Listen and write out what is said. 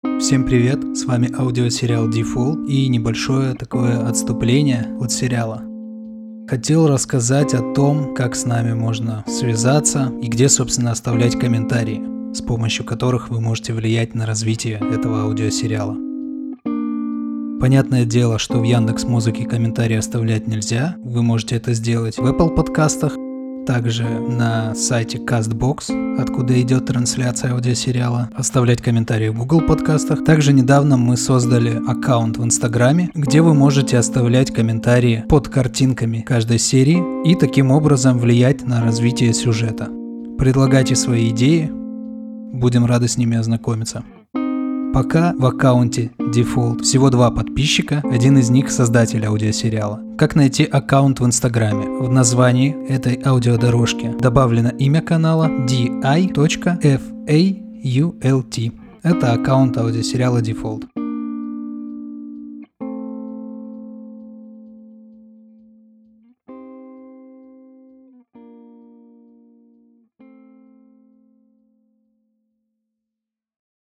Всем привет, с вами аудиосериал Default и небольшое такое отступление от сериала. Хотел рассказать о том, как с нами можно связаться и где, собственно, оставлять комментарии, с помощью которых вы можете влиять на развитие этого аудиосериала. Понятное дело, что в Яндекс.Музыке комментарии оставлять нельзя, вы можете это сделать в Apple подкастах, также на сайте CastBox, откуда идет трансляция аудиосериала, оставлять комментарии в Google подкастах. Также недавно мы создали аккаунт в Инстаграме, где вы можете оставлять комментарии под картинками каждой серии и таким образом влиять на развитие сюжета. Предлагайте свои идеи, будем рады с ними ознакомиться. Пока в аккаунте Default всего 2 подписчика, один из них создатель аудиосериала. Как найти аккаунт в Инстаграме? В названии этой аудиодорожки добавлено имя канала di.fault. Это аккаунт аудиосериала Default.